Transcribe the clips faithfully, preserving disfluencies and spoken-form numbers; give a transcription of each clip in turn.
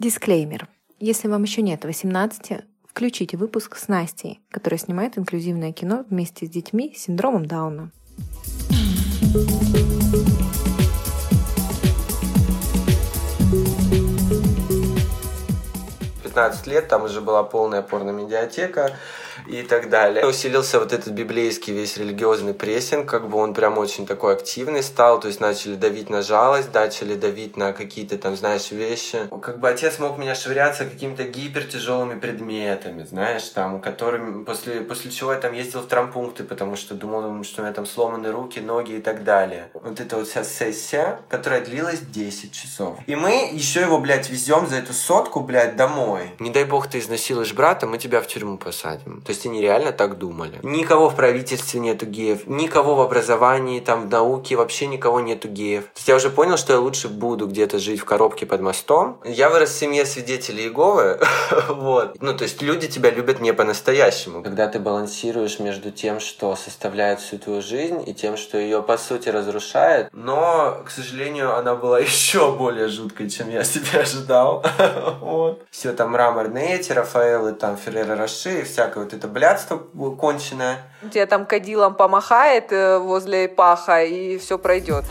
Дисклеймер. Если вам еще нет восемнадцати, включите выпуск с Настей, которая снимает инклюзивное кино вместе с детьми с синдромом Дауна. пятнадцать лет, там уже была полная порно-медиатека и так далее. Усилился вот этот библейский весь религиозный прессинг, как бы он прям очень такой активный стал, то есть начали давить на жалость, начали давить на какие-то там, знаешь, вещи. Как бы отец мог меня швыряться какими-то гипертяжелыми предметами, знаешь, там, которыми, после, после чего я там ездил в травмпункты, потому что думал, что у меня там сломаны руки, ноги и так далее. Вот это вот вся сессия, которая длилась десять часов. И мы еще его, блядь, везем за эту сотку, блядь, домой. Не дай бог ты изнасилуешь брата, мы тебя в тюрьму посадим. То есть они реально так думали. Никого в правительстве нету геев, никого в образовании, там, в науке, вообще никого нету геев. То есть я уже понял, что я лучше буду где-то жить в коробке под мостом. Я вырос в семье свидетелей Иеговы. Вот. Ну, то есть люди тебя любят не по-настоящему. Когда ты балансируешь между тем, что составляет всю твою жизнь, и тем, что ее по сути разрушает. Но, к сожалению, она была еще более жуткой, чем я себе ожидал. Вот. Все там мраморные эти, Рафаэлы, там, Ферреро Роше и всякое вот это блядство конченое. Тебе там кадилом помахает возле паха, и все пройдет.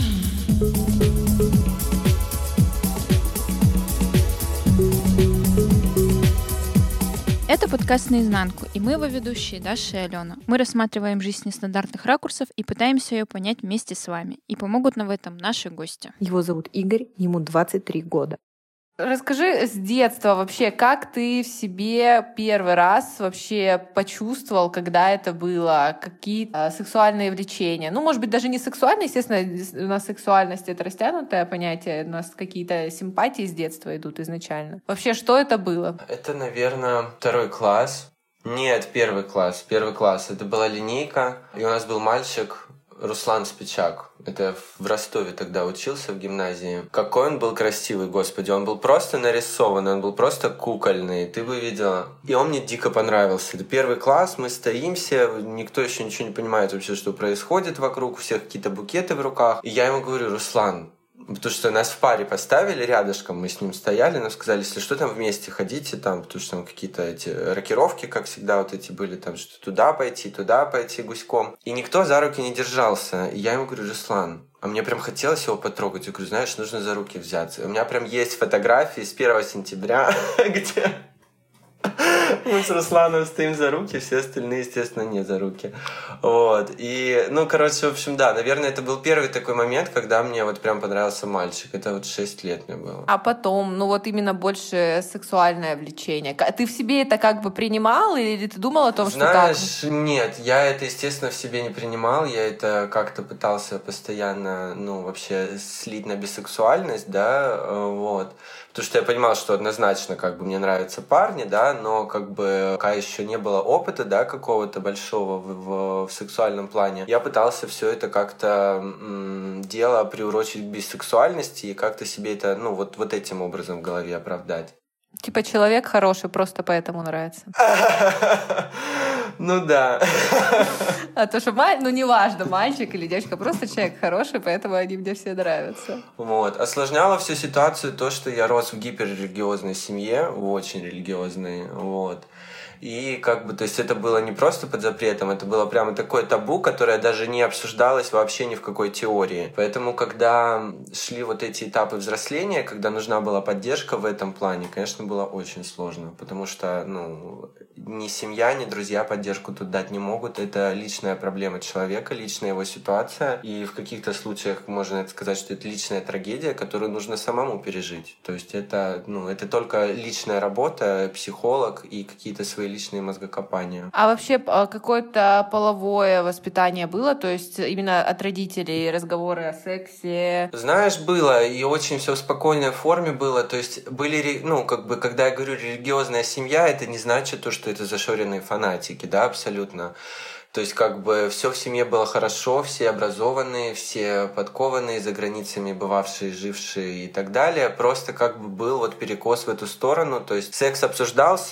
Это подкаст «Наизнанку», и мы его ведущие, Даша и Алена. Мы рассматриваем жизнь с нестандартных ракурсов и пытаемся ее понять вместе с вами. И помогут нам в этом наши гости. Его зовут Игорь, ему двадцать три года. Расскажи с детства вообще, как ты в себе первый раз вообще почувствовал, когда это было, какие э, сексуальные влечения? Ну, может быть, даже не сексуальные, естественно, у нас сексуальность — это растянутое понятие, у нас какие-то симпатии с детства идут изначально. Вообще, что это было? Это, наверное, второй класс. Нет, первый класс. Первый класс. Это была линейка, и у нас был мальчик Руслан Спичак. Это в Ростове тогда учился в гимназии. Какой он был красивый, господи. Он был просто нарисован, он был просто кукольный. Ты бы видела. И он мне дико понравился. Это первый класс, мы стоимся, никто еще ничего не понимает вообще, что происходит вокруг. У всех какие-то букеты в руках. И я ему говорю: Руслан, потому что нас в паре поставили рядышком, мы с ним стояли, нам сказали, если что, там вместе ходите, там, потому что там какие-то эти рокировки, как всегда, вот эти были, там, что туда пойти, туда пойти гуськом. И никто за руки не держался. И я ему говорю: Руслан, а мне прям хотелось его потрогать. Я говорю: знаешь, нужно за руки взяться. У меня прям есть фотографии с первого сентября, где мы с Русланом стоим за руки, все остальные, естественно, не за руки. Вот. И, ну, короче, в общем, да, наверное, это был первый такой момент, когда мне вот прям понравился мальчик. Это вот шесть лет мне было. А потом, ну вот именно больше сексуальное влечение. Ты в себе это как бы принимал, или ты думал о том, Знаешь, что так? Нет, я это, естественно, в себе не принимал. Я это как-то пытался постоянно, ну, вообще слить на бисексуальность, да, вот. Потому что я понимал, что однозначно как бы мне нравятся парни, да, но как бы пока еще не было опыта, да, какого-то большого в, в, в сексуальном плане, я пытался все это как-то м, дело приурочить к бисексуальности и как-то себе это, ну, вот, вот этим образом в голове оправдать. Типа человек хороший, просто поэтому нравится. Ну да. А то, что, ну неважно, мальчик или девочка, просто человек хороший, поэтому они мне все нравятся. Вот. Осложняло всю ситуацию то, что я рос в гиперрелигиозной семье, в очень религиозной, вот. И как бы, то есть это было не просто под запретом, это было прямо такое табу, которое даже не обсуждалось вообще ни в какой теории. Поэтому, когда шли вот эти этапы взросления, когда нужна была поддержка в этом плане, конечно, было очень сложно, потому что, ну, ни семья, ни друзья поддержку тут дать не могут. Это личная проблема человека, личная его ситуация, и в каких-то случаях можно сказать, что это личная трагедия, которую нужно самому пережить. То есть это, ну, это только личная работа, психолог и какие-то свои личные мозгокопания. А вообще какое-то половое воспитание было? То есть именно от родителей разговоры о сексе? Знаешь, было. И очень все в спокойной форме было. То есть были, ну, как бы, когда я говорю религиозная семья, это не значит то, что это зашоренные фанатики, да, абсолютно. То есть как бы все в семье было хорошо, все образованные, все подкованные, за границами бывавшие, жившие и так далее. Просто как бы был вот перекос в эту сторону. То есть секс обсуждался,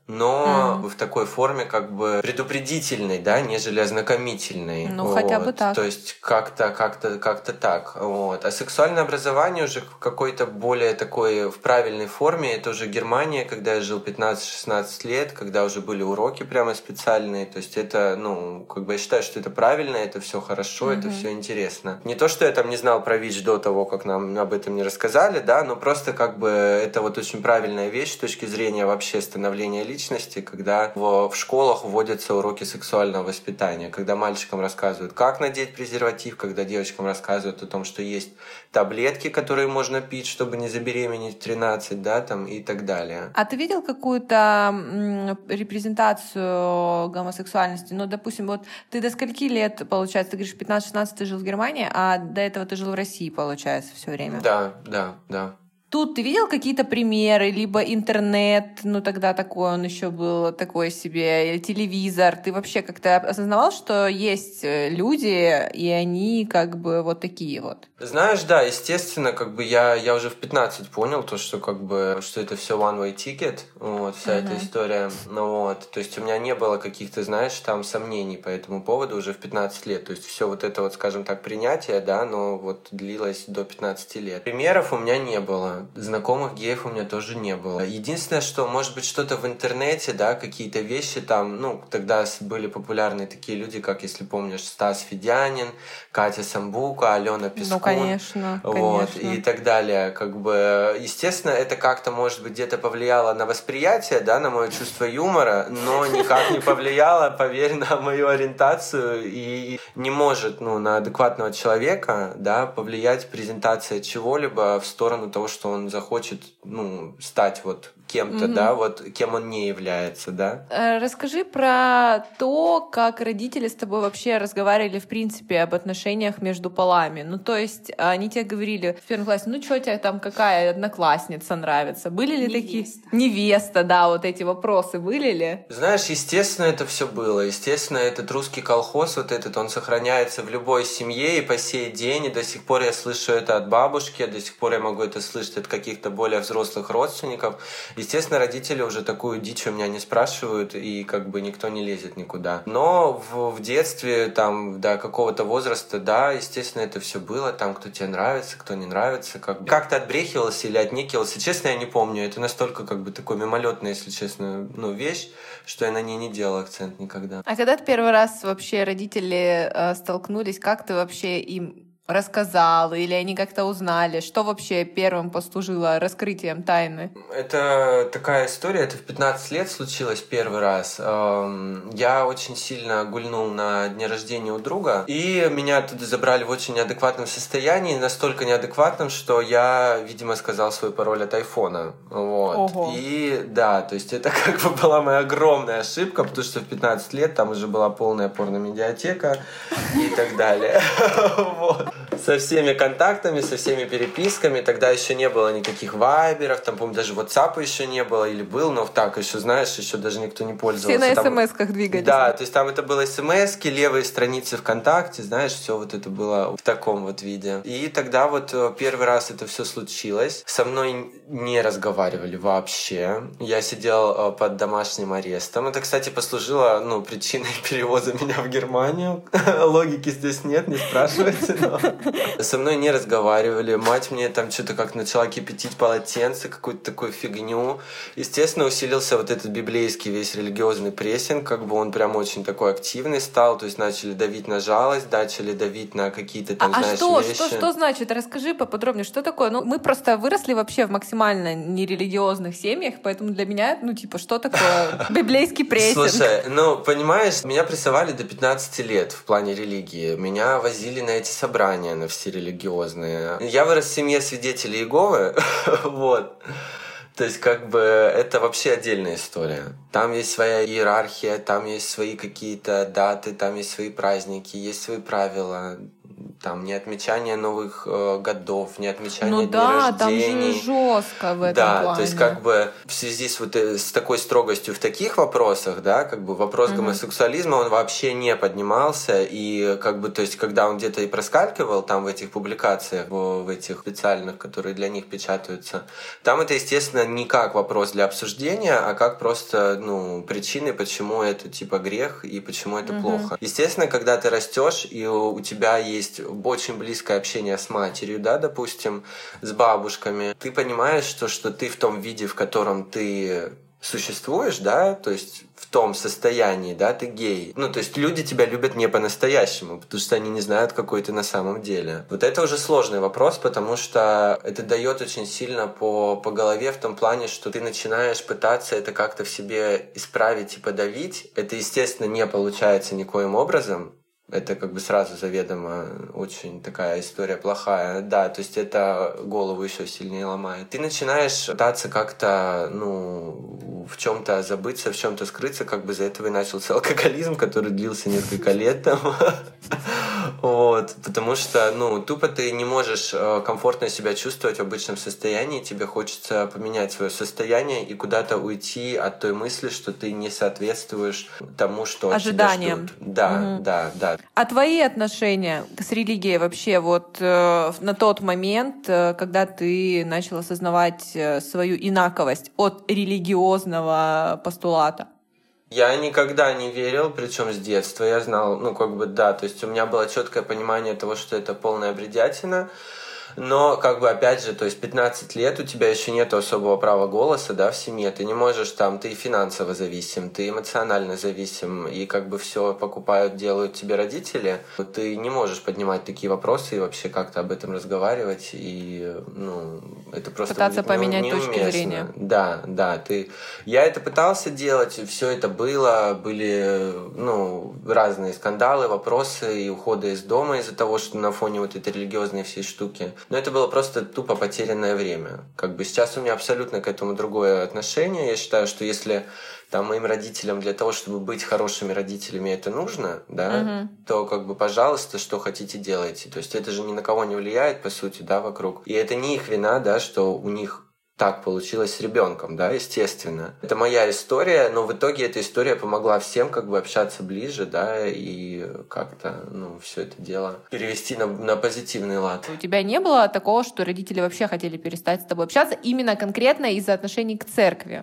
но Mm. в такой форме как бы предупредительной, да, нежели ознакомительной. Ну, вот. хотя бы так. То есть как-то, как-то, как-то так. Вот. А сексуальное образование уже в какой-то более такой в правильной форме, это уже Германия, когда я жил пятнадцать-шестнадцать лет, когда уже были уроки прямо специальные. То есть это, ну, как бы я считаю, что это правильно, это все хорошо, mm-hmm. это все интересно. Не то, что я там не знал про ВИЧ до того, как нам об этом не рассказали, да, но просто как бы это вот очень правильная вещь с точки зрения вообще становления личности. личности, когда в, в школах вводятся уроки сексуального воспитания, когда мальчикам рассказывают, как надеть презерватив, когда девочкам рассказывают о том, что есть таблетки, которые можно пить, чтобы не забеременеть в тринадцать, да, там, и так далее. А ты видел какую-то м, репрезентацию гомосексуальности? Ну, допустим, вот ты до скольки лет, получается, ты говоришь, пятнадцать-шестнадцать ты жил в Германии, а до этого ты жил в России, получается, все время? Да, да, да. Тут ты видел какие-то примеры, либо интернет, ну тогда такой он еще был, такой себе, или телевизор. Ты вообще как-то осознавал, что есть люди, и они как бы вот такие вот? Знаешь, да, естественно, как бы я, я уже в пятнадцать понял то, что как бы, что это все one-way ticket, вот, вся uh-huh. эта история, ну вот, то есть у меня не было каких-то, знаешь, там сомнений по этому поводу уже в пятнадцать лет, то есть все вот это вот, скажем так, принятие, да, но вот длилось до пятнадцати лет. Примеров у меня не было. Знакомых геев у меня тоже не было. Единственное, что, может быть, что-то в интернете, да, какие-то вещи там, ну, тогда были популярны такие люди, как, если помнишь, Стас Федянин, Катя Самбука, Алена Пескун. Ну, конечно, вот, конечно. И так далее. Как бы, естественно, это как-то, может быть, где-то повлияло на восприятие, да, на мое чувство юмора, но никак не повлияло, поверь, на мою ориентацию и не может, ну, на адекватного человека, да, повлиять презентация чего-либо в сторону того, что он захочет, ну, стать вот кем-то, mm-hmm. да, вот кем он не является, да. Расскажи про то, как родители с тобой вообще разговаривали, в принципе, об отношениях между полами. Ну, то есть они тебе говорили в первом классе, ну, что тебе там, какая одноклассница нравится? Были ли Невеста. такие? Невеста, да, вот эти вопросы были ли? Знаешь, естественно, это все было. Естественно, этот русский колхоз, вот этот, он сохраняется в любой семье и по сей день, и до сих пор я слышу это от бабушки, до сих пор я могу это слышать от каких-то более взрослых родственников. Естественно, родители уже такую дичь у меня не спрашивают, и как бы никто не лезет никуда. Но в, в детстве, там, до какого-то возраста, да, естественно, это все было. Там, кто тебе нравится, кто не нравится. Как бы. Как-то отбрехивался или отнекивался. Честно, я не помню. Это настолько, как бы, такой мимолетная, если честно, ну, вещь, что я на ней не делал акцент никогда. А когда ты первый раз вообще родители э, столкнулись, как ты вообще им рассказал, или они как-то узнали? Что вообще первым послужило раскрытием тайны? Это такая история, это в пятнадцать лет случилось первый раз. Я очень сильно гульнул на дне рождения у друга, и меня оттуда забрали в очень неадекватном состоянии, настолько неадекватном, что я, видимо, сказал свой пароль от айфона. Вот. Ого. И да, то есть это как бы была моя огромная ошибка, потому что в пятнадцать лет там уже была полная порномедиатека и так далее. Вот. Со всеми контактами, со всеми переписками. Тогда еще не было никаких вайберов, там, помню, даже WhatsApp еще не было, или был, но так еще, знаешь, еще даже никто не пользовался. Все на там... смс-ках двигались. Да, то есть там это было смс-ки, левые страницы ВКонтакте, знаешь, все вот это было в таком вот виде. И тогда вот первый раз это все случилось. Со мной не разговаривали вообще. Я сидел под домашним арестом. Это, кстати, послужило, ну, причиной перевоза меня в Германию. Логики здесь нет, не спрашивайте, но... Со мной не разговаривали. Мать мне там что-то как начала кипятить полотенце, какую-то такую фигню. Естественно, усилился вот этот библейский весь религиозный прессинг, как бы он прям очень такой активный стал, то есть начали давить на жалость, начали давить на какие-то там, а, знаешь, а что, вещи. что, что значит? Расскажи поподробнее, что такое? Ну, мы просто выросли вообще в максимально нерелигиозных семьях, поэтому для меня, ну, типа, что такое библейский прессинг? Слушай, ну, понимаешь, меня прессовали до пятнадцати лет в плане религии. Меня возили на эти собрания, на все религиозные. Я вырос в семье свидетелей Иеговы, вот. То есть, как бы, это вообще отдельная история. Там есть своя иерархия, там есть свои какие-то даты, там есть свои праздники, есть свои правила. там, не отмечание новых э, годов, не отмечание ну дней да, рождений. там же жестко в этом да, плане. То есть как бы в связи с, вот, с такой строгостью в таких вопросах, да, как бы вопрос mm-hmm. гомосексуализма, он вообще не поднимался, и как бы, то есть когда он где-то и проскакивал там в этих публикациях, в, в этих специальных, которые для них печатаются, там это, естественно, не как вопрос для обсуждения, а как просто, ну, причины, почему это типа грех и почему это mm-hmm. плохо. Естественно, когда ты растешь, и у, у тебя есть очень близкое общение с матерью, да, допустим, с бабушками, ты понимаешь, что, что ты в том виде, в котором ты существуешь, да, то есть в том состоянии, да, ты гей. Ну, то есть люди тебя любят не по-настоящему, потому что они не знают, какой ты на самом деле. Вот это уже сложный вопрос, потому что это дает очень сильно по, по голове в том плане, что ты начинаешь пытаться это как-то в себе исправить и подавить. Это, естественно, не получается никоим образом. Это как бы сразу заведомо очень такая история плохая. Да, то есть это голову еще сильнее ломает. Ты начинаешь пытаться как-то, ну, в чем-то забыться, в чем-то скрыться, как бы из-за этого и начался алкоголизм, который длился несколько лет там. Вот, потому что, ну, тупо ты не можешь комфортно себя чувствовать в обычном состоянии, тебе хочется поменять свое состояние и куда-то уйти от той мысли, что ты не соответствуешь тому, что ожиданиям. Тебя ждут. Да, угу. да, да. А твои отношения с религией вообще вот э, на тот момент, э, когда ты начал осознавать э, свою инаковость от религиозного постулата? Я никогда не верил, причем с детства. Я знал, ну, как бы, да, то есть у меня было четкое понимание того, что это полная бредятина. Но, как бы, опять же, то есть пятнадцать лет, у тебя еще нет особого права голоса, да, в семье. Ты не можешь там, ты финансово зависим, ты эмоционально зависим, и как бы все покупают, делают тебе родители. Ты не можешь поднимать такие вопросы и вообще как-то об этом разговаривать, и, ну, это просто пытаться не, поменять не точки зрения. Да, да, ты... Я это пытался делать, все это было, были, ну, разные скандалы, вопросы и уходы из дома из-за того, что на фоне вот этой религиозной всей штуки. Но это было просто тупо потерянное время. Как бы сейчас у меня абсолютно к этому другое отношение. Я считаю, что если там моим родителям для того, чтобы быть хорошими родителями, это нужно, да, угу. то как бы, пожалуйста, что хотите, делайте. То есть это же ни на кого не влияет, по сути, да, вокруг. И это не их вина, да, что у них так получилось с ребенком, да, естественно. Это моя история, но в итоге эта история помогла всем как бы общаться ближе, да, и как-то, ну, все это дело перевести на, на позитивный лад. У тебя не было такого, что родители вообще хотели перестать с тобой общаться именно конкретно из-за отношений к церкви?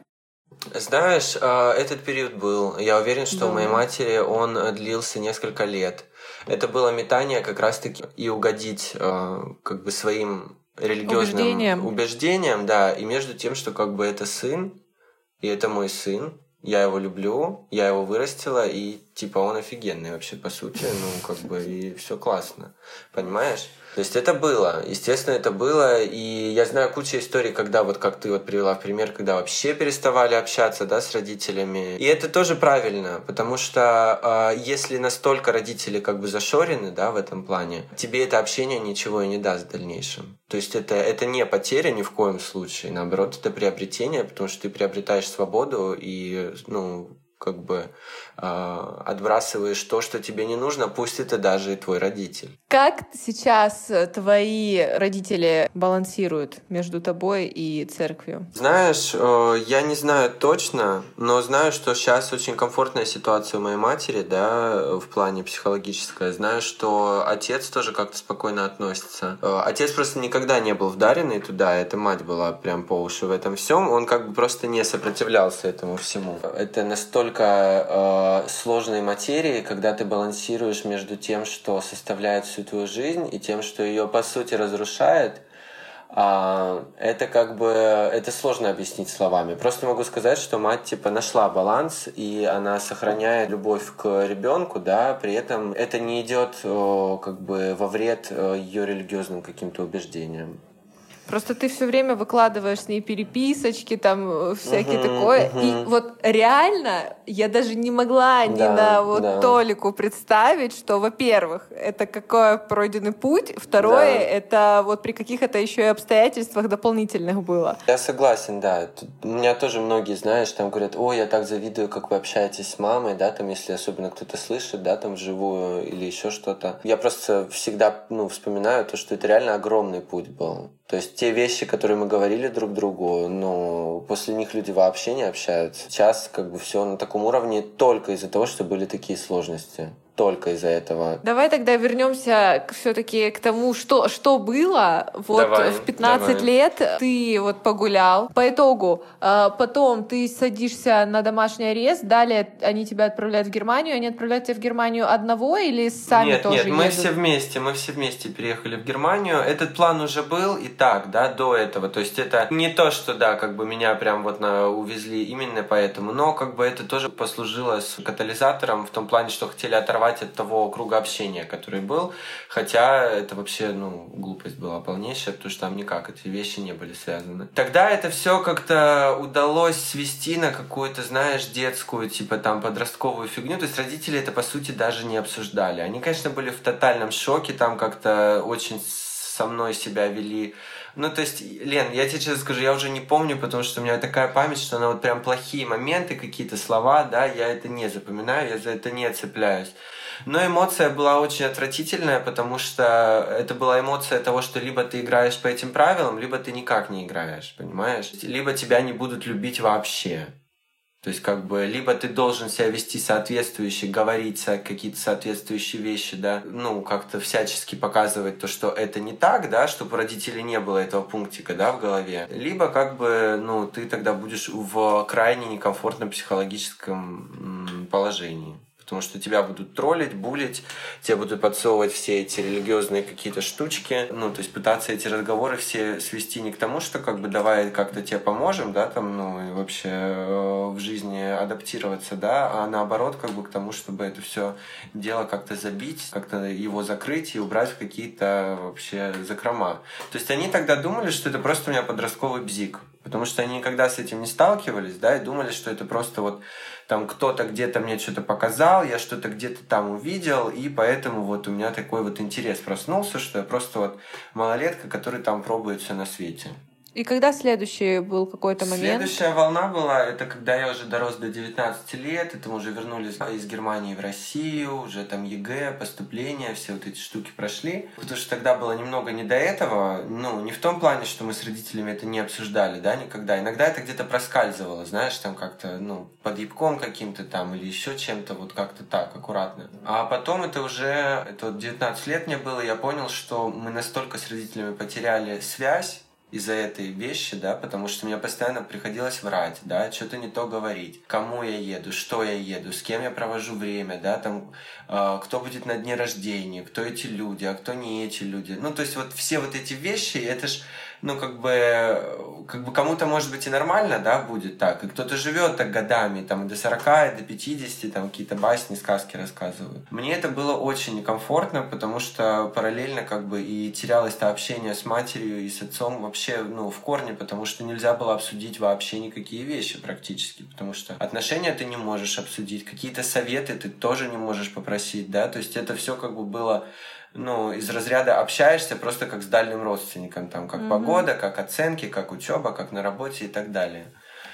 Знаешь, этот период был. Я уверен, что да. у моей матери он длился несколько лет. Это было метание как раз-таки и угодить как бы своим религиозным убеждением. убеждением, да, и между тем, что как бы это сын, и это мой сын, я его люблю, я его вырастила, и типа он офигенный вообще, по сути, ну, как бы, и все классно, понимаешь? То есть это было, естественно, это было, и я знаю кучу историй, когда вот, как ты вот привела в пример, когда вообще переставали общаться, да, с родителями, и это тоже правильно, потому что э, если настолько родители как бы зашорены, да, в этом плане, тебе это общение ничего и не даст в дальнейшем. То есть это, это не потеря ни в коем случае, наоборот, это приобретение, потому что ты приобретаешь свободу и, ну, как бы э, отбрасываешь то, что тебе не нужно, пусть это даже и твой родитель. Как сейчас твои родители балансируют между тобой и церковью? Знаешь, э, я не знаю точно, но знаю, что сейчас очень комфортная ситуация у моей матери, да, в плане психологической. Знаю, что отец тоже как-то спокойно относится. Э, отец просто никогда не был вдаренный туда, эта мать была прям по уши в этом всем. Он как бы просто не сопротивлялся этому всему. Это настолько э, сложной материи, когда ты балансируешь между тем, что составляет всю твою жизнь, и тем, что ее по сути разрушает. А, это как бы это сложно объяснить словами. Просто могу сказать, что мать типа нашла баланс, и она сохраняет любовь к ребенку, да, при этом это не идет как бы во вред ее религиозным каким-то убеждениям. Просто ты все время выкладываешь с ней переписочки, там всякие Мгм, такое. мгм. И вот реально я даже не могла ни Да, на вот да. толику представить, что, во-первых, это какой пройденный путь, второе, Да. это вот при каких это еще и обстоятельствах дополнительных было. Я согласен, да. Тут у меня тоже многие, знаешь, там говорят, ой, я так завидую, как вы общаетесь с мамой, да, там, если особенно кто-то слышит, да, там, вживую или еще что-то. Я просто всегда, ну, вспоминаю то, что это реально огромный путь был. То есть те вещи, которые мы говорили друг другу, ну, после них люди вообще не общаются. Сейчас как бы все на таком уровне только из-за того, что были такие сложности. Только из-за этого. Давай тогда вернемся все-таки к тому, что, что было. Вот Давай, в пятнадцать давай. лет ты вот погулял. По итогу э, потом ты садишься на домашний арест, далее они тебя отправляют в Германию. Они отправляют тебя в Германию одного или сами Нет, тоже нет, мы едут? все вместе, мы все вместе переехали в Германию. Этот план уже был и так, да, до этого. То есть это не то, что, да, как бы меня прям вот на, увезли именно поэтому, но как бы это тоже послужило с катализатором в том плане, что хотели оторвать от того круга общения, который был, хотя это вообще, ну, глупость была полнейшая, потому что там никак эти вещи не были связаны. Тогда это все как-то удалось свести на какую-то, знаешь, детскую, типа там подростковую фигню, то есть родители это, по сути, даже не обсуждали. Они, конечно, были в тотальном шоке, там как-то очень со мной себя вели. Ну, то есть, Лен, я тебе честно скажу, я уже не помню, потому что у меня такая память, что она вот прям плохие моменты, какие-то слова, да, я это не запоминаю, я за это не цепляюсь. Но эмоция была очень отвратительная, потому что это была эмоция того, что либо ты играешь по этим правилам, либо ты никак не играешь, понимаешь? Либо тебя не будут любить вообще. То есть, как бы, либо ты должен себя вести соответствующе, говорить какие-то соответствующие вещи, да, ну, как-то всячески показывать то, что это не так, да, чтобы у родителей не было этого пунктика, да, в голове. Либо, как бы, ну, ты тогда будешь в крайне некомфортном психологическом положении. Потому что тебя будут троллить, булить, тебе будут подсовывать все эти религиозные какие-то штучки. Ну, то есть пытаться эти разговоры все свести не к тому, что как бы давай как-то тебе поможем, да, там, ну, и вообще э, в жизни адаптироваться, да, а наоборот, как бы к тому, чтобы это все дело как-то забить, как-то его закрыть и убрать в какие-то вообще закрома. То есть они тогда думали, что это просто у меня подростковый бзик. Потому что они никогда с этим не сталкивались, да, и думали, что это просто вот там кто-то где-то мне что-то показал, я что-то где-то там увидел, и поэтому вот у меня такой вот интерес проснулся, что я просто вот малолетка, который там пробует все на свете. И когда следующий был какой-то момент? Следующая волна была, это когда я уже дорос до девятнадцати лет, это мы уже вернулись из Германии в Россию, уже там ЕГЭ, поступление, все вот эти штуки прошли. Потому что тогда было немного не до этого, ну, не в том плане, что мы с родителями это не обсуждали, да, никогда. Иногда это где-то проскальзывало, знаешь, там как-то, ну, под ебком каким-то там или еще чем-то, вот как-то так, аккуратно. А потом это уже, это вот девятнадцать лет мне было, я понял, что мы настолько с родителями потеряли связь из-за этой вещи, да, потому что мне постоянно приходилось врать, да, что-то не то говорить, кому я еду, что я еду, с кем я провожу время, да, там, э, кто будет на дне рождения, кто эти люди, а кто не эти люди. Ну, то есть вот все вот эти вещи, это ж, ну, как бы, как бы кому-то, может быть, и нормально, да, будет так, и кто-то живет так годами, там, и до сорока, и до пятидесяти, там, какие-то басни, сказки рассказывают. Мне это было очень некомфортно, потому что параллельно, как бы, и терялось-то общение с матерью и с отцом вообще, ну, в корне, потому что нельзя было обсудить вообще никакие вещи практически, потому что отношения ты не можешь обсудить, какие-то советы ты тоже не можешь попросить, да, то есть это все как бы было, ну, из разряда общаешься просто как с дальним родственником, там, как mm-hmm. погода, как оценки, как учеба, как на работе и так далее.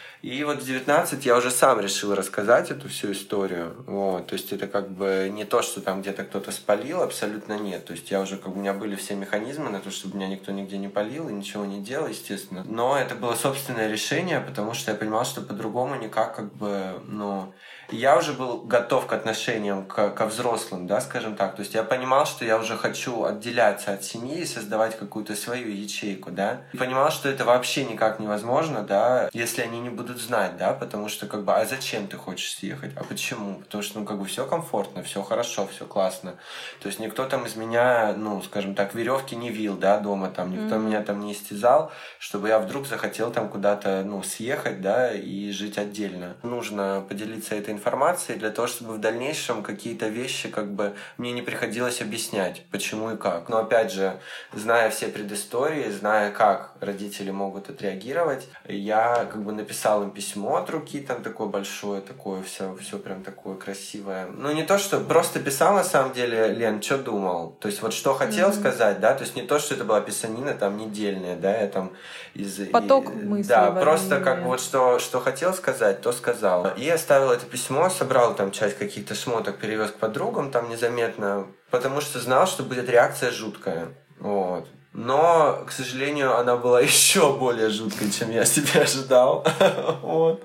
И вот в девятнадцать я уже сам решил рассказать эту всю историю. Вот. То есть это как бы не то, что там где-то кто-то спалил, абсолютно нет. То есть я уже, как бы, у меня были все механизмы на то, чтобы меня никто нигде не палил и ничего не делал, естественно. Но это было собственное решение, потому что я понимал, что по-другому никак, как бы, ну... Я уже был готов к отношениям к, ко взрослым, да, скажем так. То есть я понимал, что я уже хочу отделяться от семьи и создавать какую-то свою ячейку, да. И понимал, что это вообще никак невозможно, да, если они не будут будут знать, да, потому что, как бы, а зачем ты хочешь съехать? А почему? Потому что, ну, как бы, все комфортно, все хорошо, все классно. То есть никто там из меня, ну, скажем так, веревки не вил, да, дома там, никто mm-hmm. меня там не истязал, чтобы я вдруг захотел там куда-то, ну, съехать, да, и жить отдельно. Нужно поделиться этой информацией для того, чтобы в дальнейшем какие-то вещи, как бы, мне не приходилось объяснять, почему и как. Но, опять же, зная все предыстории, зная, как родители могут отреагировать, я, как бы, написал им письмо от руки, там, такое большое, такое, все, все прям такое красивое. Ну, не то, что просто писал, на самом деле, Лен, что думал, то есть, вот что хотел mm-hmm. сказать, да, то есть, не то, что это была писанина, там, недельная, да, я там из... Поток и, мыслей. Да, просто, как бы, вот что, что хотел сказать, то сказал. И оставил это письмо, собрал там часть каких-то шмоток, перевез к подругам, там, незаметно, потому что знал, что будет реакция жуткая, вот. Но, к сожалению, она была еще более жуткой, чем я себе ожидал. Вот.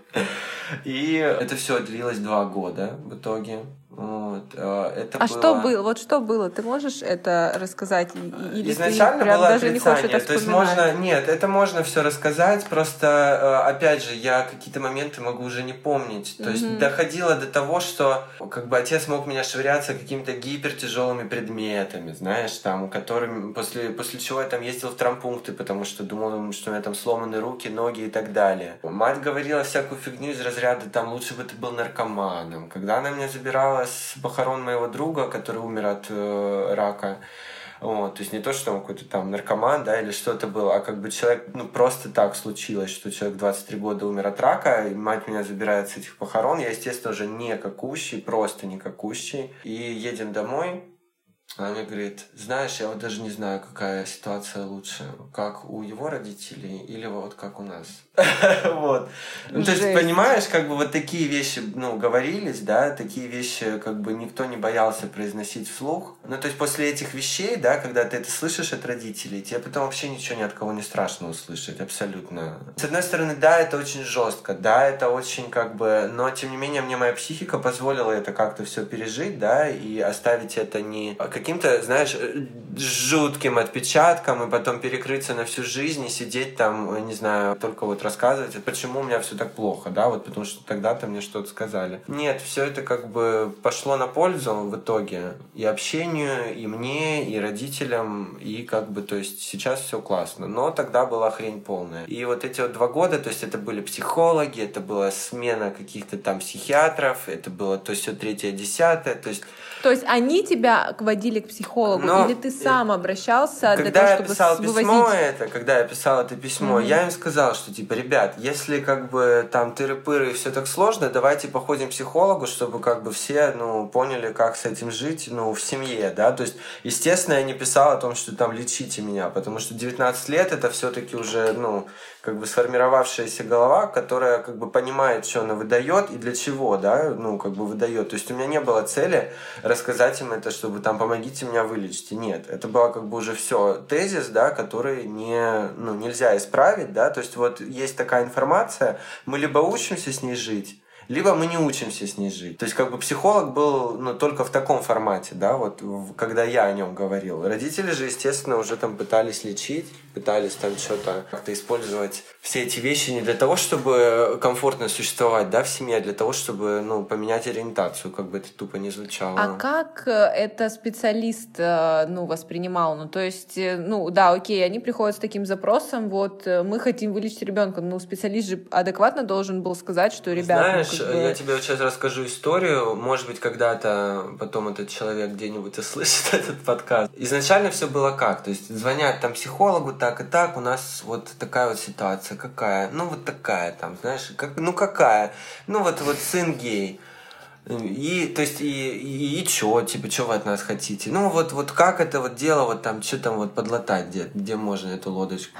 И это все длилось два года в итоге. Вот. Это а было... что было? Вот что было? Ты можешь это рассказать? Или изначально ты прям было даже не хочешь это то есть можно, нет, это можно все рассказать, просто опять же я какие-то моменты могу уже не помнить. То mm-hmm. есть доходило до того, что как бы отец мог меня швыряться какими-то гипертяжелыми предметами, знаешь, там, которыми после после чего я там ездил в травмпункты, потому что думал, что у меня там сломаны руки, ноги и так далее. Мать говорила всякую фигню из разряда там лучше бы ты был наркоманом. Когда она меня забирала с похорон моего друга, который умер от э, рака. Вот, то есть не то, что он какой-то там наркоман, да, или что-то было, а как бы человек, ну, просто так случилось, что человек двадцать три года умер от рака, и мать меня забирает с этих похорон. Я, естественно, уже не какущий, просто не какущий. И едем домой. Она мне говорит, знаешь, я вот даже не знаю, какая ситуация лучше, как у его родителей или вот как у нас. Вот. Ну, то есть, понимаешь, как бы вот такие вещи, ну, говорились, да, такие вещи, как бы никто не боялся произносить вслух. Ну, то есть, после этих вещей, да, когда ты это слышишь от родителей, тебе потом вообще ничего ни от кого не страшно услышать, абсолютно. С одной стороны, да, это очень жестко, да, это очень, как бы, но, тем не менее, мне моя психика позволила это как-то все пережить, да, и оставить это не каким-то, знаешь, жутким отпечатком и потом перекрыться на всю жизнь и сидеть там, не знаю, только вот рассказывать, почему у меня все так плохо, да, вот потому что тогда-то мне что-то сказали. Нет, все это как бы пошло на пользу в итоге и общению, и мне, и родителям, и как бы, то есть сейчас все классно, но тогда была хрень полная. И вот эти вот два года, то есть это были психологи, это была смена каких-то там психиатров, это было то есть все третье, десятое, то есть... То есть они тебя водили к психологу, но или ты сам обращался для того, чтобы вывозить? Когда я писал письмо это, когда я писал это письмо, mm-hmm. я им сказал, что типа, ребят, если как бы там тыры-пыры и все так сложно, давайте походим к психологу, чтобы как бы все, ну, поняли, как с этим жить, ну, в семье, да, то есть, естественно, я не писал о том, что там лечите меня, потому что девятнадцать лет это все-таки уже, ну, как бы сформировавшаяся голова, которая как бы понимает, что она выдает и для чего, да, ну, как бы выдает. То есть у меня не было цели рассказать им это, чтобы там помогите меня вылечить. Нет, это было как бы уже все тезис, да, который не, ну, нельзя исправить, да, то есть вот есть такая информация, мы либо учимся с ней жить, либо мы не учимся с ней жить. То есть как бы психолог был, ну, только в таком формате, да, вот когда я о нем говорил. Родители же, естественно, уже там пытались лечить, пытались там что-то как-то использовать все эти вещи не для того, чтобы комфортно существовать, да, в семье, а для того, чтобы, ну, поменять ориентацию, как бы это тупо не звучало. А как это специалист, ну, воспринимал? Ну, то есть, ну, да, окей, они приходят с таким запросом, вот, мы хотим вылечить ребенка, ну, специалист же адекватно должен был сказать, что, ребята... Знаешь, как бы... я тебе вот сейчас расскажу историю, может быть, когда-то потом этот человек где-нибудь услышит этот подкаст. Изначально все было как? То есть звонят там психологу, так и так, у нас вот такая вот ситуация. Какая? Ну, вот такая там, знаешь, как, ну какая? Ну, вот, вот сын гей. И, то есть, и, и, и чё, типа, что вы от нас хотите? Ну, вот, вот как это вот дело, вот там, что там вот подлатать, где, где можно эту лодочку?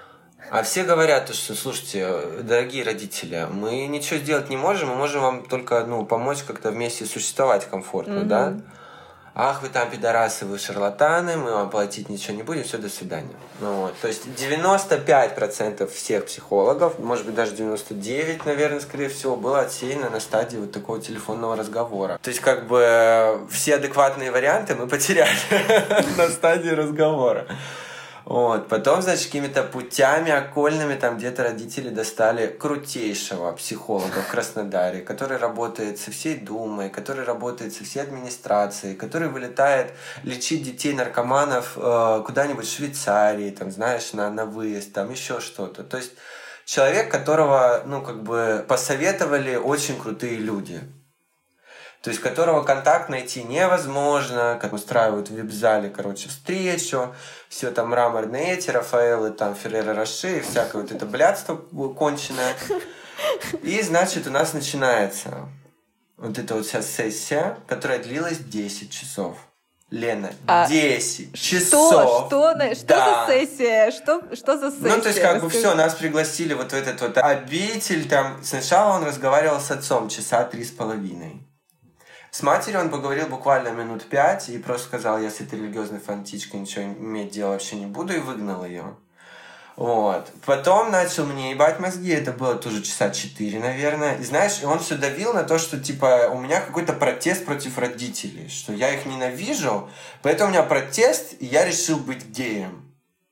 А все говорят, что, слушайте, дорогие родители, мы ничего сделать не можем, мы можем вам только, ну, помочь как-то вместе существовать комфортно, mm-hmm. да? Ах, вы там пидорасы, вы шарлатаны, мы вам платить ничего не будем, все, до свидания. Ну, вот. То есть девяносто пять процентов всех психологов, может быть даже девяносто девять процентов, наверное, скорее всего, было отсеяно на стадии вот такого телефонного разговора. То есть как бы все адекватные варианты мы потеряли на стадии разговора. Вот. Потом, значит, какими-то путями окольными там где-то родители достали крутейшего психолога в Краснодаре, который работает со всей Думой, который работает со всей администрацией, который вылетает лечить детей-наркоманов э, куда-нибудь в Швейцарии, там, знаешь, на, на выезд, там еще что-то. То есть человек, которого, ну, как бы посоветовали очень крутые люди. То есть которого контакт найти невозможно, как устраивают в вип-зале, короче, встречу, все там мраморные эти, Рафаэлы, там, Ферреро Роше и всякое вот это блядство конченое. И, значит, у нас начинается вот эта вот вся сессия, которая длилась десять часов. Лена, а десять часов. Что? Что, что да. за сессия? Что, что за сессия? Ну, то есть, как Расскажи. бы все, нас пригласили вот в этот вот обитель. Там сначала он разговаривал с отцом часа три с половиной. С матерью он поговорил буквально минут пять и просто сказал, я с этой религиозной фанатичкой ничего иметь дело вообще не буду, и выгнал ее. Вот. Потом начал мне ебать мозги, это было тоже часа четыре, наверное. И знаешь, он все давил на то, что типа у меня какой-то протест против родителей, что я их ненавижу, поэтому у меня протест, и я решил быть геем.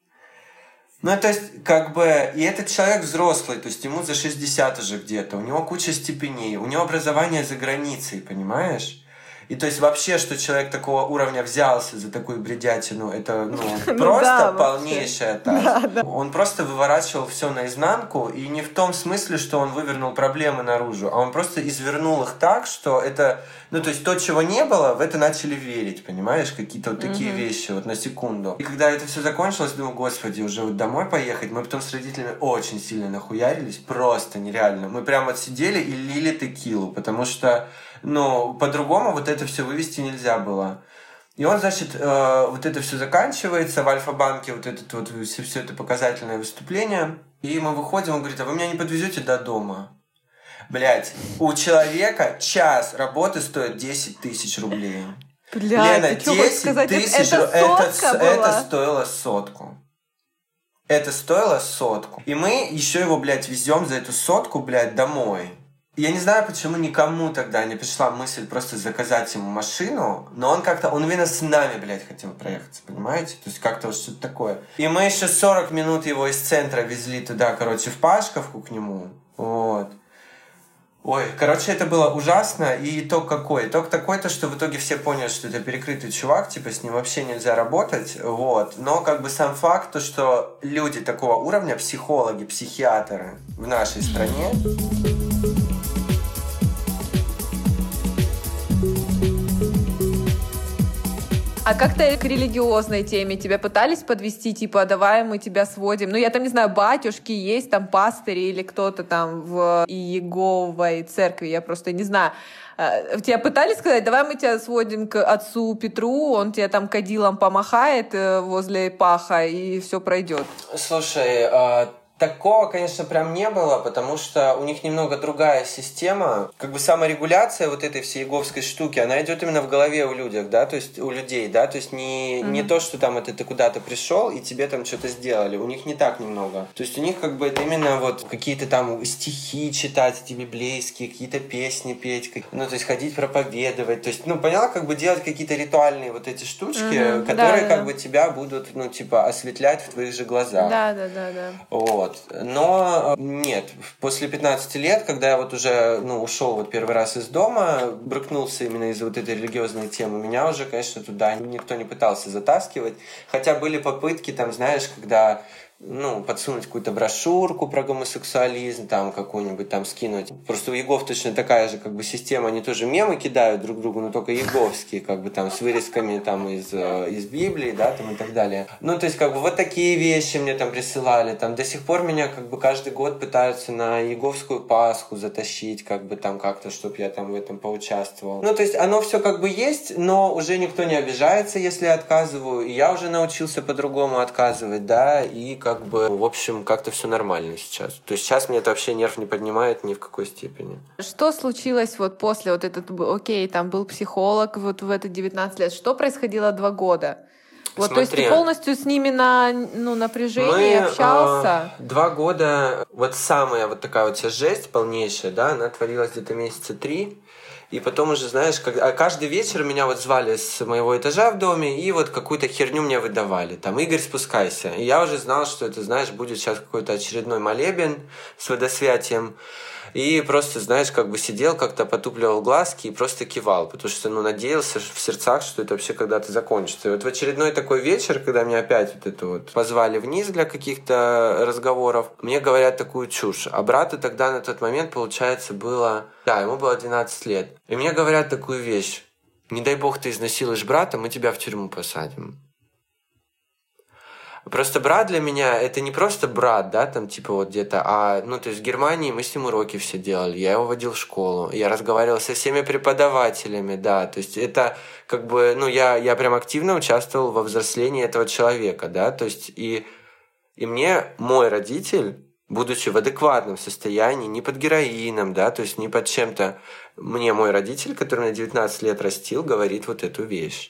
Ну, то есть, как бы, и этот человек взрослый, то есть ему за шестьдесят уже где-то, у него куча степеней, у него образование за границей, понимаешь? И то есть вообще, что человек такого уровня взялся за такую бредятину, это ну, просто полнейшая тась. Он просто выворачивал все наизнанку, и не в том смысле, что он вывернул проблемы наружу, а он просто извернул их так, что это, ну то есть то, чего не было, в это начали верить, понимаешь, какие-то вот такие mm-hmm. вещи, вот на секунду. И когда это все закончилось, думаю, господи, уже вот домой поехать, мы потом с родителями очень сильно нахуярились, просто нереально. Мы прям вот сидели и лили текилу, потому что но по-другому вот это все вывести нельзя было. И он, значит, э, вот это все заканчивается в Альфа-банке, вот это вот все, все это показательное выступление. И мы выходим, он говорит, а вы меня не подвезете до дома? Блять, у человека час работы стоит десять тысяч рублей. Блядь, Лена, ты что хочешь сказать? тысяч, это, это, это, это стоило сотку. Это стоило сотку. И мы еще его, блядь, везем за эту сотку, блядь, домой. Я не знаю, почему никому тогда не пришла мысль просто заказать ему машину, но он как-то, он именно с нами, блядь, хотел проехаться, понимаете? То есть как-то вот что-то такое. И мы еще сорок минут его из центра везли туда, короче, в Пашковку к нему. Вот. Ой, короче, это было ужасно. И итог какой? Итог такой-то, что в итоге все поняли, что это перекрытый чувак, типа с ним вообще нельзя работать. Вот. Но как бы сам факт, то, что люди такого уровня, психологи, психиатры в нашей стране... А как-то к религиозной теме тебя пытались подвести, типа, давай мы тебя сводим? Ну, я там, не знаю, батюшки есть, там, пастыри или кто-то там в Иеговой церкви, я просто не знаю. Тебя пытались сказать, давай мы тебя сводим к отцу Петру, он тебе там кадилом помахает возле паха, и все пройдет? Слушай, такого, конечно, прям не было, потому что у них немного другая система. Как бы саморегуляция вот этой всей иеговской штуки, она идет именно в голове у людей, да, то есть у людей, да, то есть не, mm-hmm. не то, что там это ты куда-то пришел и тебе там что-то сделали. У них не так немного. То есть у них как бы это именно вот какие-то там стихи читать, эти библейские, какие-то песни петь, ну, то есть ходить проповедовать. То есть, ну, поняла, как бы делать какие-то ритуальные вот эти штучки, mm-hmm. которые да, как да. бы тебя будут, ну, типа, осветлять в твоих же глазах. Да, да, да, да. Вот. Но нет, после пятнадцати лет, когда я вот уже ну, ушел вот первый раз из дома, брыкнулся именно из-за вот этой религиозной темы, меня уже, конечно, туда никто не пытался затаскивать. Хотя были попытки, там, знаешь, когда ну, подсунуть какую-то брошюрку про гомосексуализм, там, какую-нибудь там скинуть. Просто у Иегов точно такая же, как бы, система, они тоже мемы кидают друг другу, но только иеговские, как бы, там, с вырезками, там, из, из Библии, да, там, и так далее. Ну, то есть, как бы, вот такие вещи мне там присылали, там, до сих пор меня, как бы, каждый год пытаются на Иеговскую Пасху затащить, как бы, там, как-то, чтобы я там в этом поучаствовал. Ну, то есть, оно все как бы есть, но уже никто не обижается, если я отказываю, и я уже научился по-другому отказывать, да, и, как как бы, в общем, как-то все нормально сейчас. То есть сейчас мне это вообще нерв не поднимает ни в какой степени. Что случилось вот после вот этот, окей, там был психолог вот в это девятнадцать лет, что происходило два года? Вот, Смотри, то есть ты полностью с ними на ну, напряжении мы, общался? Э, два года, вот самая вот такая вот вся жесть полнейшая, да, она творилась где-то месяца три. И потом уже, знаешь, как... а каждый вечер меня вот звали с моего этажа в доме, и вот какую-то херню мне выдавали. Там, Игорь, спускайся. И я уже знал, что это, знаешь, будет сейчас какой-то очередной молебен с водосвятием. И просто, знаешь, как бы сидел, как-то потупливал глазки и просто кивал, потому что, ну, надеялся в сердцах, что это вообще когда-то закончится. И вот в очередной такой вечер, когда меня опять вот это вот позвали вниз для каких-то разговоров, мне говорят такую чушь. А брату тогда на тот момент, получается, было... Да, ему было двенадцать лет. И мне говорят такую вещь. Не дай бог ты изнасилуешь брата, мы тебя в тюрьму посадим. Просто брат для меня это не просто брат, да, там типа вот где-то, а, ну, то есть в Германии мы с ним уроки все делали, я его водил в школу, я разговаривал со всеми преподавателями, да, то есть это как бы, ну, я, я прям активно участвовал во взрослении этого человека, да, то есть и, и мне мой родитель, будучи в адекватном состоянии, не под героином, да, то есть не под чем-то, мне мой родитель, который меня девятнадцать лет растил, говорит вот эту вещь.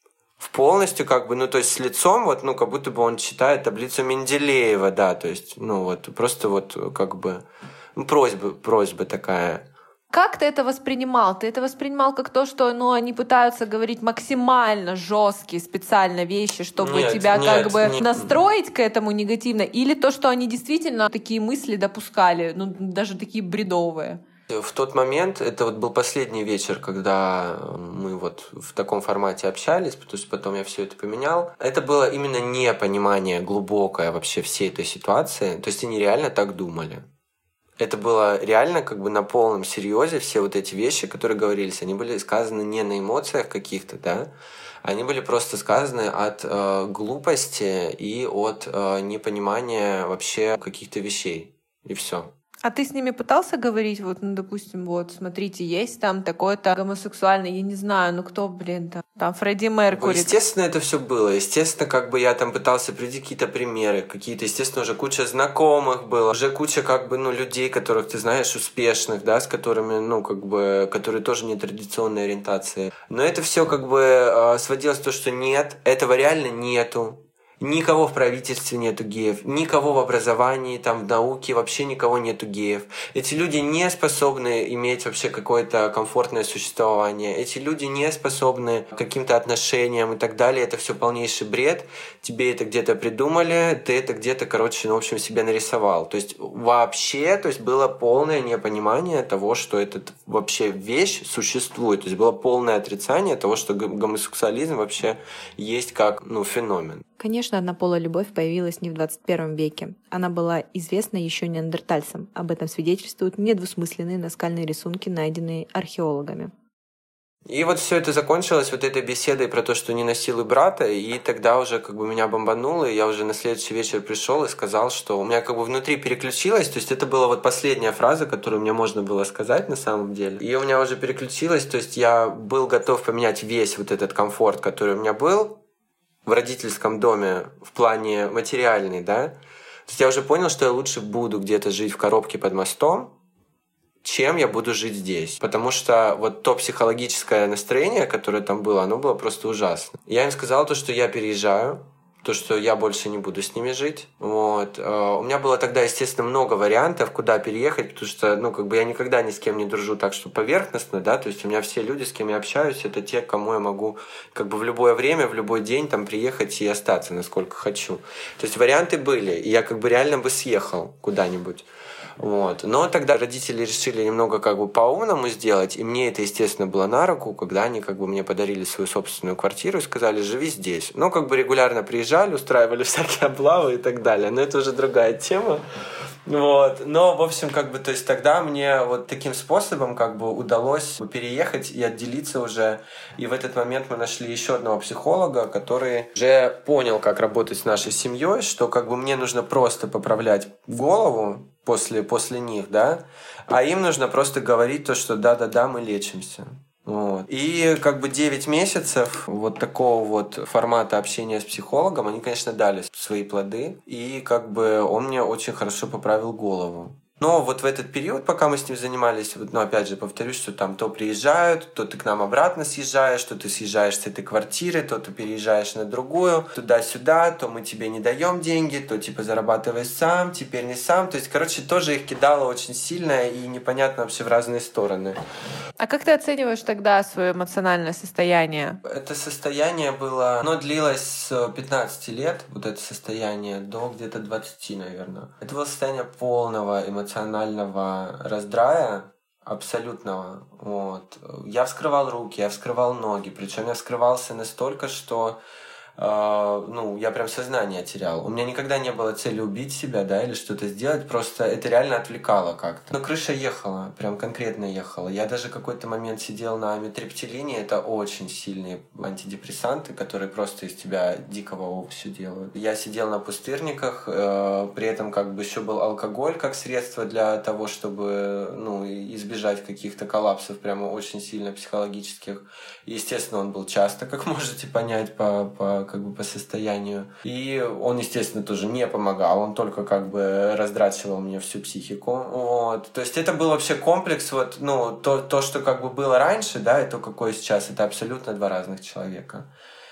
В полностью, как бы, ну, то есть с лицом, вот, ну, как будто бы он читает таблицу Менделеева, да, то есть, ну, вот, просто вот, как бы, ну, просьба, просьба такая. Как ты это воспринимал? Ты это воспринимал как то, что, ну, они пытаются говорить максимально жесткие специально вещи, чтобы нет, тебя нет, как бы нет. настроить к этому негативно, или то, что они действительно такие мысли допускали, ну, даже такие бредовые? В тот момент, это вот был последний вечер, когда мы вот в таком формате общались, потому что потом я все это поменял. Это было именно непонимание глубокое вообще всей этой ситуации. То есть они реально так думали. Это было реально как бы на полном серьезе. Все вот эти вещи, которые говорились, они были сказаны не на эмоциях каких-то, да, они были просто сказаны от э, глупости и от э, непонимания вообще каких-то вещей. И все. А ты с ними пытался говорить, вот, ну, допустим, вот, смотрите, есть там такой-то гомосексуальный, я не знаю, ну кто, блин, там, там Фредди Меркьюри. Естественно, это все было. Естественно, как бы я там пытался привести какие-то примеры, какие-то, естественно, уже куча знакомых было, уже куча, как бы, ну, людей, которых ты знаешь, успешных, да, с которыми, ну, как бы, которые тоже нетрадиционной ориентации. Но это все как бы сводилось к тому, что нет, этого реально нету. Никого в правительстве нету геев, никого в образовании, там, в науке, вообще никого нету геев. Эти люди не способны иметь вообще какое-то комфортное существование. Эти люди не способны к каким-то отношениям и так далее. Это все полнейший бред. Тебе это где-то придумали, ты это где-то, короче, ну, в общем, себе нарисовал. То есть вообще, то есть было полное непонимание того, что эта вообще вещь существует. То есть было полное отрицание того, что гомосексуализм вообще есть как, ну, феномен. Конечно, однополая любовь появилась не в двадцать первом веке. Она была известна еще неандертальцам. Об этом свидетельствуют недвусмысленные наскальные рисунки, найденные археологами. И вот все это закончилось вот этой беседой про то, что не насилуй брата, и тогда уже как бы меня бомбануло, и я уже на следующий вечер пришел и сказал, что у меня как бы внутри переключилось, то есть это была вот последняя фраза, которую мне можно было сказать на самом деле, и у меня уже переключилось, то есть я был готов поменять весь вот этот комфорт, который у меня был в родительском доме в плане материальный, да, то есть я уже понял, что я лучше буду где-то жить в коробке под мостом, чем я буду жить здесь. Потому что вот то психологическое настроение, которое там было, оно было просто ужасно. Я им сказал то, что я переезжаю, то, что я больше не буду с ними жить. Вот. У меня было тогда, естественно, много вариантов, куда переехать, потому что, ну, как бы я никогда ни с кем не дружу так, что поверхностно, да, то есть у меня все люди, с кем я общаюсь, это те, к кому я могу как бы в любое время, в любой день там приехать и остаться, насколько хочу. То есть варианты были, и я как бы реально бы съехал куда-нибудь. Вот. Но тогда родители решили немного как бы по-умному сделать, и мне это, естественно, было на руку, когда они как бы мне подарили свою собственную квартиру и сказали, живи здесь. Ну, как бы регулярно приезжали, устраивали всякие облавы и так далее, но это уже другая тема. Вот. Но, в общем, как бы, то есть тогда мне вот таким способом как бы удалось переехать и отделиться уже. И в этот момент мы нашли еще одного психолога, который уже понял, как работать с нашей семьей, что как бы мне нужно просто поправлять голову после, после них, да, а им нужно просто говорить то, что да-да-да, мы лечимся. Вот. И как бы девять месяцев вот такого вот формата общения с психологом, они, конечно, дали свои плоды. И как бы он мне очень хорошо поправил голову. Но вот в этот период, пока мы с ним занимались, вот, ну, опять же, повторюсь, что там то приезжают, то ты к нам обратно съезжаешь, то ты съезжаешь с этой квартиры, то ты переезжаешь на другую, туда-сюда, то мы тебе не даем деньги, то типа зарабатывай сам, теперь не сам. То есть, короче, тоже их кидало очень сильно и непонятно вообще в разные стороны. А как ты оцениваешь тогда свое эмоциональное состояние? Это состояние было, оно длилось с пятнадцати лет, вот это состояние, до где-то двадцати, наверное. Это было состояние полного эмоционального эмоционального раздрая, абсолютного. Вот. Я вскрывал руки, я вскрывал ноги, причем я вскрывался настолько, что э, ну, я прям сознание терял. У меня никогда не было цели убить себя, да, или что-то сделать, просто это реально отвлекало как-то. Но крыша ехала, прям конкретно ехала. Я даже какой-то момент сидел на метриптилине, это очень сильные антидепрессанты, которые просто из тебя дикого все делают. Я сидел на пустырниках, э, при этом как бы еще был алкоголь как средство для того, чтобы, ну, избежать каких-то коллапсов прямо очень сильно психологических. И, естественно, он был часто, как можете понять по, по, как бы по состоянию. И он, естественно, тоже не помогал, он только как бы раздрачивал мне всю психику. Вот. То есть это был вообще комплекс, вот, ну, то, то, что как бы было раньше, да, и то, какое сейчас, это абсолютно два разных человека.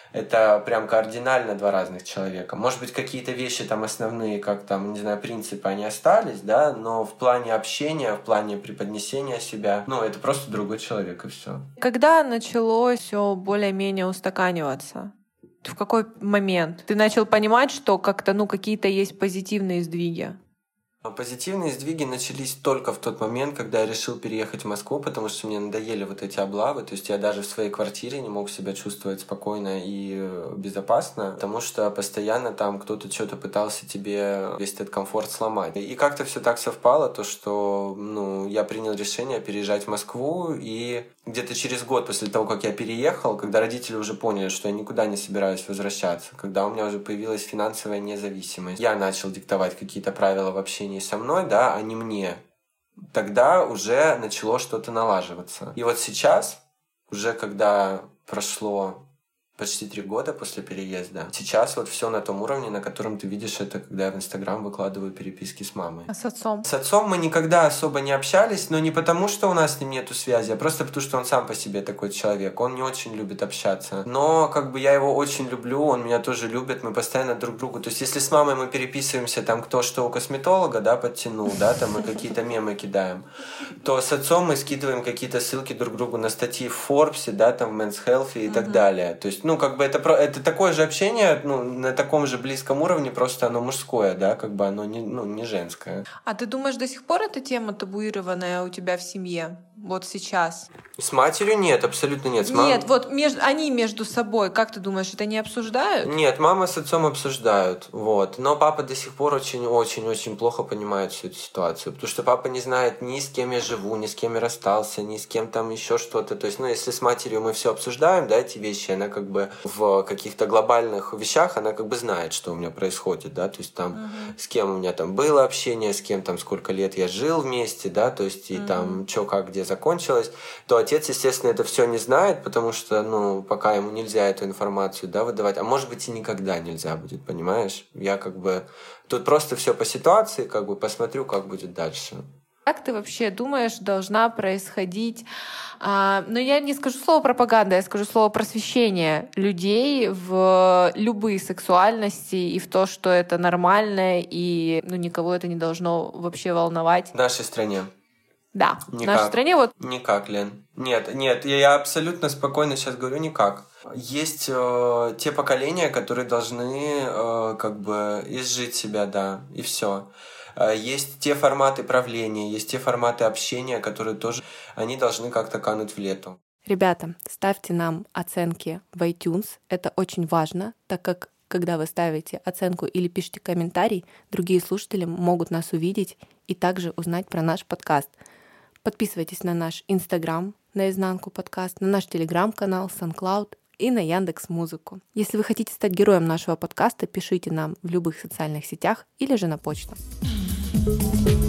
Это прям кардинально два разных человека. Может быть, какие-то вещи там основные, как там, не знаю, принципы, они остались, да, но в плане общения, в плане преподнесения себя, ну, это просто другой человек, и все. Когда началось все более-менее устаканиваться? В какой момент ты начал понимать, что как-то, ну, какие-то есть позитивные сдвиги? Позитивные сдвиги начались только в тот момент, когда я решил переехать в Москву, потому что мне надоели вот эти облавы. То есть я даже в своей квартире не мог себя чувствовать спокойно и безопасно, потому что постоянно там кто-то что-то пытался тебе весь этот комфорт сломать. И как-то все так совпало, то что, ну, я принял решение переезжать в Москву, и где-то через год после того, как я переехал, когда родители уже поняли, что я никуда не собираюсь возвращаться, когда у меня уже появилась финансовая независимость, я начал диктовать какие-то правила в общении со мной, да, а не мне. Тогда уже начало что-то налаживаться. И вот сейчас, уже когда прошло почти три года после переезда, сейчас вот все на том уровне, на котором ты видишь это, когда я в Инстаграм выкладываю переписки с мамой. А с отцом? С отцом мы никогда особо не общались, но не потому, что у нас с ним нету связи, а просто потому, что он сам по себе такой человек. Он не очень любит общаться. Но как бы я его очень люблю, он меня тоже любит, мы постоянно друг другу. То есть если с мамой мы переписываемся, там, кто что у косметолога, да, подтянул, да, там мы какие-то мемы кидаем, то с отцом мы скидываем какие-то ссылки друг другу на статьи в Forbes, да, там в Men's Health и так далее. То есть, ну, как бы это, это такое же общение, ну, на таком же близком уровне, просто оно мужское, да, как бы оно не, ну, не женское. А ты думаешь, до сих пор эта тема табуированная у тебя в семье? Вот сейчас? С матерью нет, абсолютно нет. С мам... Нет, вот между, они между собой, как ты думаешь, это не обсуждают? Нет, мама с отцом обсуждают, вот. Но папа до сих пор очень-очень-очень плохо понимает всю эту ситуацию, потому что папа не знает ни с кем я живу, ни с кем я расстался, ни с кем там еще что-то. То есть, ну, если с матерью мы все обсуждаем, да, эти вещи, она как бы в каких-то глобальных вещах, она как бы знает, что у меня происходит, да, то есть там uh-huh. с кем у меня там было общение, с кем там сколько лет я жил вместе, да, то есть и uh-huh. там что, как, где закончилось, то отец, естественно, это все не знает, потому что, ну, пока ему нельзя эту информацию, да, выдавать, а может быть и никогда нельзя будет, понимаешь? Я как бы тут просто все по ситуации, как бы посмотрю, как будет дальше. Как ты вообще думаешь, должна происходить, а, ну я не скажу слово пропаганда, я скажу слово просвещение людей в любые сексуальности и в то, что это нормально и, ну, никого это не должно вообще волновать? В нашей стране. Да, никак. В нашей стране вот... Никак, Лен. Нет, нет, я, я абсолютно спокойно сейчас говорю, никак. Есть э, те поколения, которые должны э, как бы изжить себя, да, и все. Есть те форматы правления, есть те форматы общения, которые тоже, они должны как-то кануть в лету. Ребята, ставьте нам оценки в iTunes, это очень важно, так как когда вы ставите оценку или пишете комментарий, другие слушатели могут нас увидеть и также узнать про наш подкаст. Подписывайтесь на наш Инстаграм, наизнанку подкаст, на наш Телеграм-канал, SoundCloud и на Яндекс.Музыку. Если вы хотите стать героем нашего подкаста, пишите нам в любых социальных сетях или же на почту.